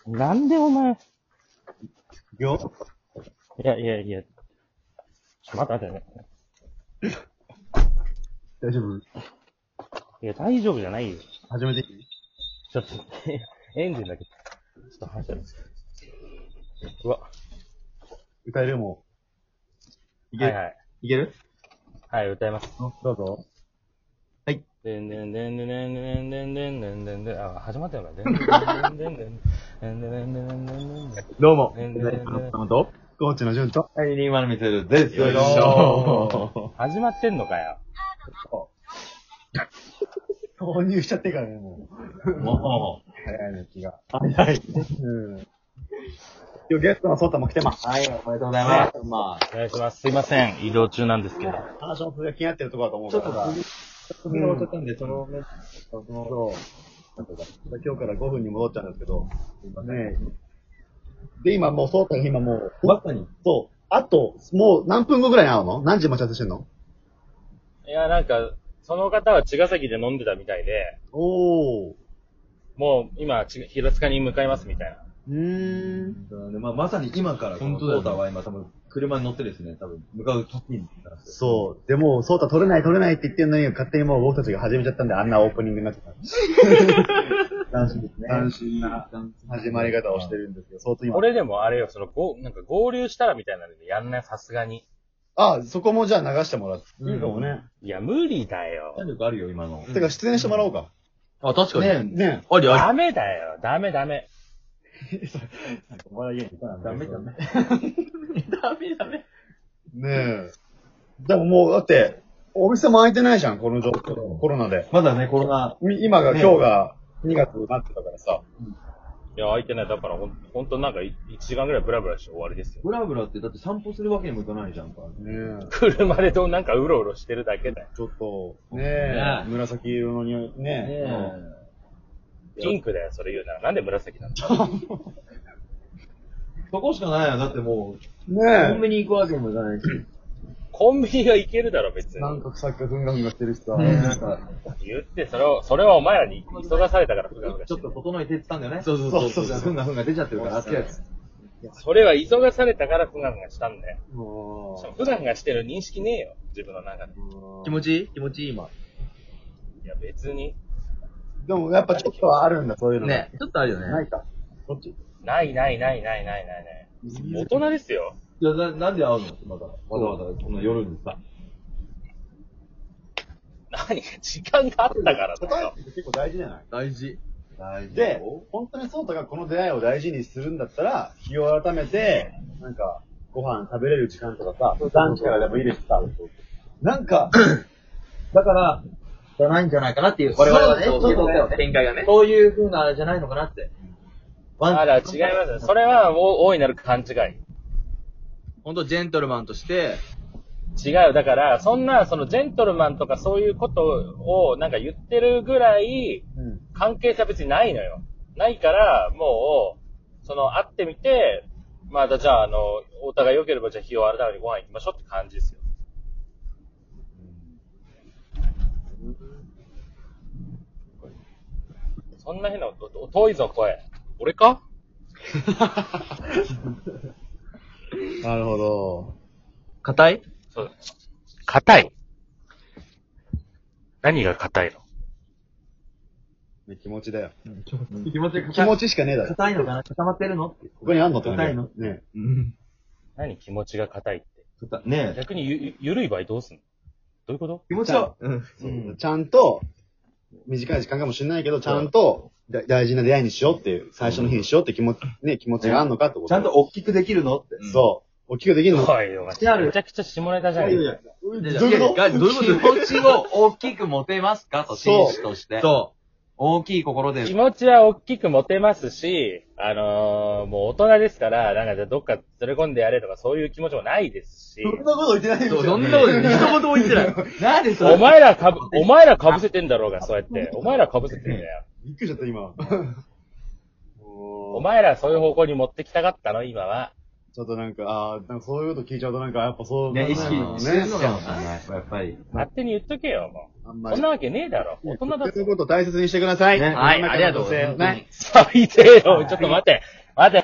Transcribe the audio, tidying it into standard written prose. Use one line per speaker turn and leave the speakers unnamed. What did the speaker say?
なんでお前。
よ
いや。ちょっと待ってね。
大丈夫
いや、大丈夫じゃないよ。
始めていい
ちょっと、エンジンだけ、ちょっと話してる。うわ。
歌えるもう。いける、
はい。
いける
はい、歌います。
どうぞ。はい。
でんでんでんでんでんでんでんでんでんでんでん。あ、始まったよな。でんでんでんでんでんでんでんでんでんでんでんでん。
どうも。
でんでんでんでん。
と、コーチの順と。
はい、202みせるです。
よいしょ始まってんのかよ。
投入しちゃってからね、もう。
も
早いの気が。早い。うん。今日ゲストのソータも来てます。
はい、おめでとうございます。まあ、
お願いします。すいません。移動中なんですけど。
話の続きが気になってるところだと思う
ちょ
から。
っと首が落ちたんで、その、
今日から5分に戻っちゃうんですけど。ねで、今もう、ソータが今もう、
バッカに。
そう。あと、もう何分後ぐらいに会うの？何時待ち合わせしてんの？
いや、なんか、その方は茅ヶ崎で飲んでたみたいで、
おー。
もう今、平塚に向かいますみたいな。
まあ、まさに今から、このソータは今多分、車に乗ってですね、多分、向かう時に。
そう。でも、ソータ取れないって言ってるのに、勝手にもう僕たちが始めちゃったんで、あんなオープニングになってた。
斬新ですね。
斬新な始まり方をしてるんですけど、相当今。
俺でもあれよ、なんか合流したらみたいなのでやんない、さすがに。
あ、そこもじゃあ流してもらって。いいかもね。
いや、無理だよ。
体力あるよ、今の。
てか、出演してもらおうか。
あ、確かに。
ね
ありあり。
ダメだよ。ダメ。
なんかお笑い芸人
ダメ。ダメ。
ねえ。でももう、だって、お店も開いてないじゃん、この状況。コロナで。
まだね、コロナ。
今が、今日が2月になってたからさ。
いや、空いてない。だからほんとなんか1時間ぐらいブラブラして終わりですよ。
ブラブラって、だって散歩するわけにもいかないじゃんか。
ねえ。
車でなんかうろうろしてるだけだよ。
ちょっと、ねえ。
ね
紫色の匂い、ね
ピンクだよ、それ言うなら。なんで紫なんだ
そこしかないよ。だってもう、
ね
コンビニ行くわけにもいかないし。
コンビニが行けるだろ、別に。
なんかさっきからふんがふんがしてるしさ。
なんか、
言って、それはお前らに急がされたから、ふがふがしてる
ちょっと整えてって言ったんだよね。
そう
ふんが出ちゃってるから、熱いやつ。
それは急がされたからふがふがしたんだよ。
も
しかもふがふがしてる認識ねえよ、自分の中で。
気持ちいい今。
いや、別に。
でもやっぱちょっとはあるんだ、そういうの。
ね、ちょっとあるよね。
ないか。どっち
ない。大人ですよ。
いや、なんで会うのまだ、わざわざこの夜にさ。
何時間があったからだよ。
答えって結構大事じゃない
大事。
で、本当にソータがこの出会いを大事にするんだったら、日を改めて、なんか、ご飯食べれる時間とかさ、ランチからでもいいですさ。なんか、
だから、じゃないんじゃないかなっていう、我々はね、
そう
見解がね。そういう風なあれじゃないのかなって。
あら、違いますよ。それは大いなる勘違い。
ほんとジェントルマンとして、
違う。だから、そのジェントルマンとかそういうことをなんか言ってるぐらい、関係性は別にないのよ。ないから、もう、会ってみて、またじゃあ、お互い良ければじゃあ日を改めてご飯行きましょうって感じですよ。そんな変な、遠いぞ、声。俺か
なるほど。
硬い
そう。硬い。何が硬いの？
気持ちだよ。
気持ち
気持ちしかねえだろ。
硬いのかな固まってるのって。
ここにあんのって
硬いの
ね。
何気持ちが硬いって。
ねえ。
逆にゆるい場合どうすんの？どういうこと？
気持ちは、
ちゃんと、短い時間かもしれないけど、ちゃんと、大事な出会いにしようっていう、最初の日にしようって気持ちがあんのかってこと。
ちゃんと大きくできるのって。
そう。大きくできるの。
おい、めちゃくちゃ下ネタじゃねえか。
どういうこと
どういうこと気持ちを大きく持てますかと、紳士として。そう。大きい心で。
気持ちは大きく持てますし、もう大人ですから、なんかじゃあどっか連れ込んでやれとかそういう気持ちもないですし。
そんなこと言ってないよ。
そんなこと一言も言ってない。なんでそれ
お前ら被せてんだろうが、そうやって。お前ら被せてんだよ。
びっくりしちゃった、今。
お前らそういう方向に持ってきたかったの、今は。
ちょっとなんかそういうこと聞いちゃうとなんか、やっぱそう
ね、意識してるのかもしれない。やっぱり。
勝手に言っとけよ、もう。そんなわけねえだろ。大人だ
そういう
ぞ。
ことを大切にしてください。
はい、ありがとうございます。
ね。
最低よ。ちょっと待て。待て。